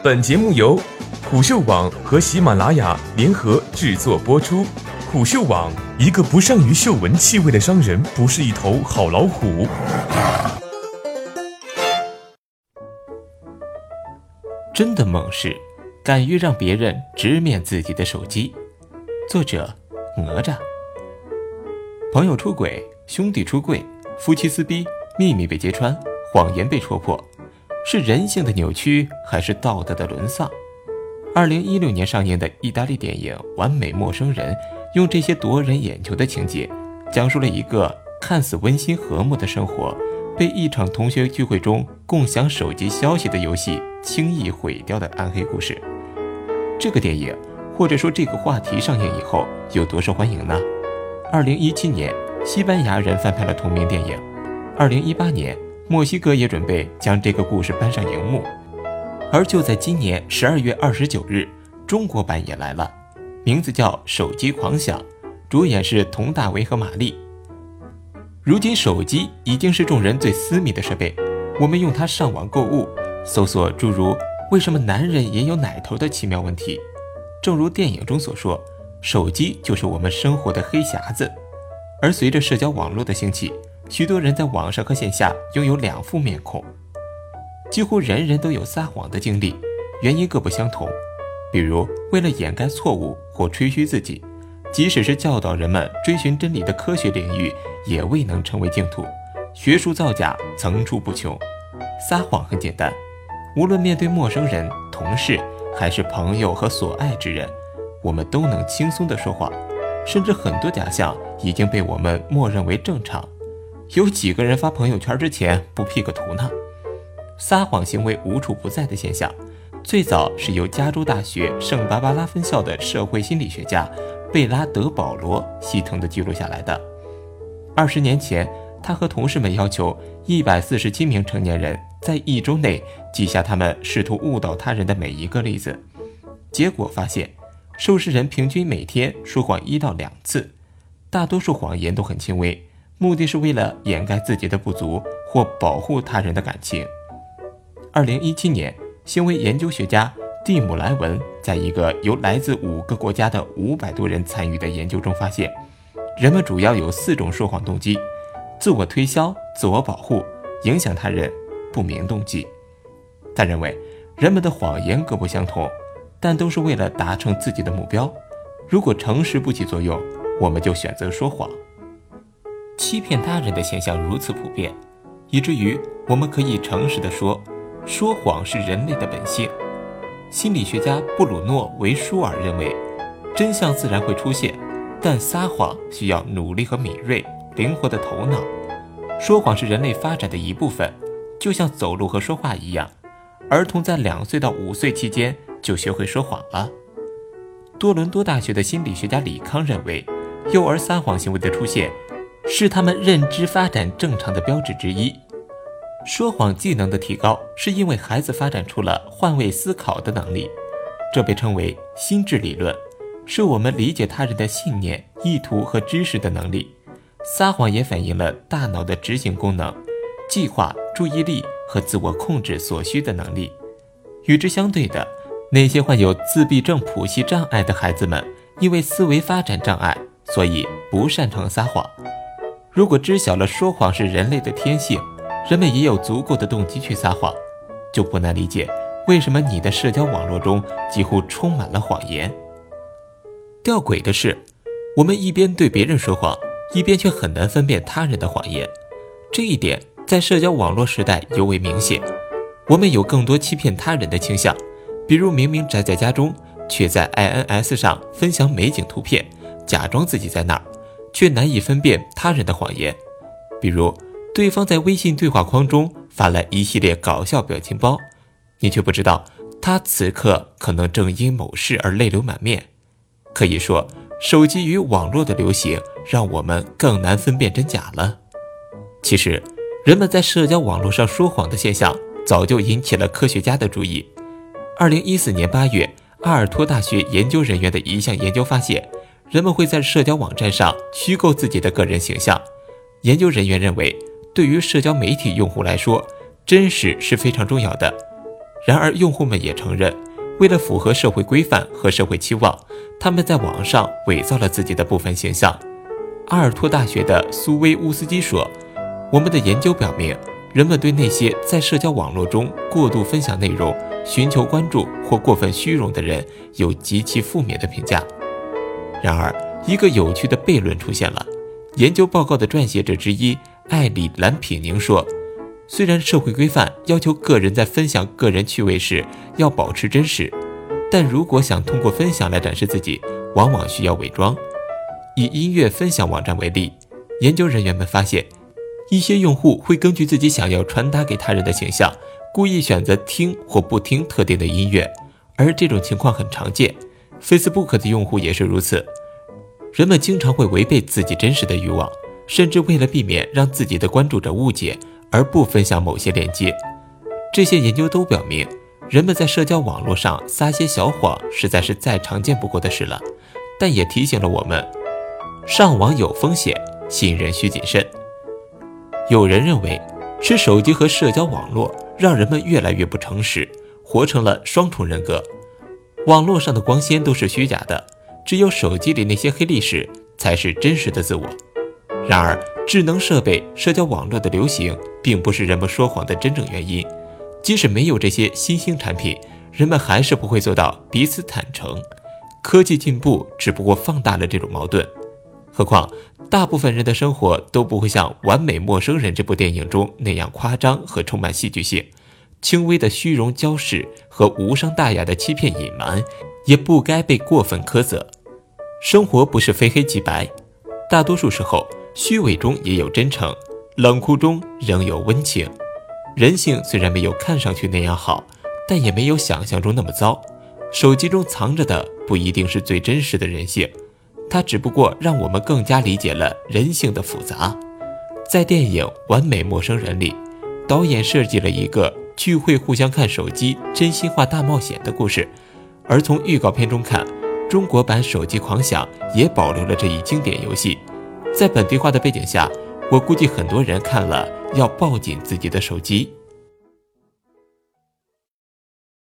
本节目由虎嗅网和喜马拉雅联合制作播出。虎嗅网：一个不善于嗅闻气味的商人不是一头好老虎。 真的猛士，敢于让别人直面自己的手机。作者：哪吒。朋友出轨，兄弟出柜，夫妻撕逼，秘密被揭穿，谎言被戳破，是人性的扭曲，还是道德的沦丧？2016年上映的意大利电影《完美陌生人》，用这些夺人眼球的情节，讲述了一个看似温馨和睦的生活，被一场同学聚会中共享手机消息的游戏轻易毁掉的暗黑故事。这个电影，或者说这个话题上映以后有多受欢迎呢？2017年，西班牙人翻拍了同名电影；2018年，墨西哥也准备将这个故事搬上荧幕。而就在今年12月29日，中国版也来了，名字叫《手机狂想》，主演是佟大为和马丽。如今手机已经是众人最私密的设备，我们用它上网购物，搜索诸如为什么男人也有奶头的奇妙问题。正如电影中所说，手机就是我们生活的黑匣子。而随着社交网络的兴起，许多人在网上和线下拥有两副面孔。几乎人人都有撒谎的经历，原因各不相同。比如为了掩盖错误或吹嘘自己，即使是教导人们追寻真理的科学领域，也未能成为净土。学术造假层出不穷。撒谎很简单，无论面对陌生人、同事，还是朋友和所爱之人，我们都能轻松地说谎，甚至很多假象已经被我们默认为正常。有几个人发朋友圈之前不 P 个图呢？撒谎行为无处不在的现象，最早是由加州大学圣巴巴拉分校的社会心理学家贝拉德·保罗系统地记录下来的。20年前，他和同事们要求147名成年人在1周内记下他们试图误导他人的每一个例子。结果发现，受试人平均每天说谎1到2次，大多数谎言都很轻微，目的是为了掩盖自己的不足或保护他人的感情。2017年，行为研究学家蒂姆莱文在一个由来自5个国家的500多人参与的研究中发现，人们主要有4种说谎动机：自我推销、自我保护、影响他人、不明动机。他认为，人们的谎言各不相同，但都是为了达成自己的目标。如果诚实不起作用，我们就选择说谎。欺骗他人的现象如此普遍，以至于我们可以诚实地说，说谎是人类的本性。心理学家布鲁诺·维舒尔认为，真相自然会出现，但撒谎需要努力和敏锐、灵活的头脑。说谎是人类发展的一部分，就像走路和说话一样，儿童在2岁到5岁期间就学会说谎了。多伦多大学的心理学家李康认为，幼儿撒谎行为的出现是他们认知发展正常的标志之一。说谎技能的提高是因为孩子发展出了换位思考的能力，这被称为心智理论，是我们理解他人的信念、意图和知识的能力。撒谎也反映了大脑的执行功能、计划、注意力和自我控制所需的能力。与之相对的，那些患有自闭症谱系障碍的孩子们，因为思维发展障碍，所以不擅长撒谎。如果知晓了说谎是人类的天性，人们也有足够的动机去撒谎，就不难理解为什么你的社交网络中几乎充满了谎言。吊诡的是，我们一边对别人说谎，一边却很难分辨他人的谎言。这一点在社交网络时代尤为明显。我们有更多欺骗他人的倾向，比如明明宅在家中，却在 INS 上分享美景图片，假装自己在那儿，却难以分辨他人的谎言。比如对方在微信对话框中发了一系列搞笑表情包，你却不知道他此刻可能正因某事而泪流满面。可以说，手机与网络的流行让我们更难分辨真假了。其实，人们在社交网络上说谎的现象早就引起了科学家的注意。2014年8月，阿尔托大学研究人员的一项研究发现，人们会在社交网站上虚构自己的个人形象。研究人员认为，对于社交媒体用户来说，真实是非常重要的。 然而用户们也承认，为了符合社会规范和社会期望，他们在网上伪造了自己的部分形象。阿尔托大学的苏威乌斯基说，我们的研究表明，人们对那些在社交网络中过度分享内容、寻求关注或过分虚荣的人有极其负面的评价。然而，一个有趣的悖论出现了。研究报告的撰写者之一艾里兰品宁说，虽然社会规范要求个人在分享个人趣味时要保持真实，但如果想通过分享来展示自己，往往需要伪装。以音乐分享网站为例，研究人员们发现，一些用户会根据自己想要传达给他人的形象，故意选择听或不听特定的音乐，而这种情况很常见。Facebook 的用户也是如此。人们经常会违背自己真实的欲望，甚至为了避免让自己的关注者误解而不分享某些链接。这些研究都表明，人们在社交网络上撒些小谎实在是再常见不过的事了，但也提醒了我们，上网有风险，信任需谨慎。有人认为，是手机和社交网络让人们越来越不诚实，活成了双重人格。网络上的光鲜都是虚假的，只有手机里那些黑历史才是真实的自我。然而，智能设备、社交网络的流行并不是人们说谎的真正原因。即使没有这些新兴产品，人们还是不会做到彼此坦诚。科技进步只不过放大了这种矛盾。何况，大部分人的生活都不会像《完美陌生人》这部电影中那样夸张和充满戏剧性。轻微的虚荣骄饰和无伤大雅的欺骗隐瞒，也不该被过分苛责。生活不是非黑即白，大多数时候，虚伪中也有真诚，冷酷中仍有温情。人性虽然没有看上去那样好，但也没有想象中那么糟。手机中藏着的不一定是最真实的人性，它只不过让我们更加理解了人性的复杂。在电影《完美陌生人》里，导演设计了一个聚会互相看手机真心话大冒险的故事，而从预告片中看，中国版手机狂想也保留了这一经典游戏。在本地化的背景下，我估计很多人看了要抱紧自己的手机。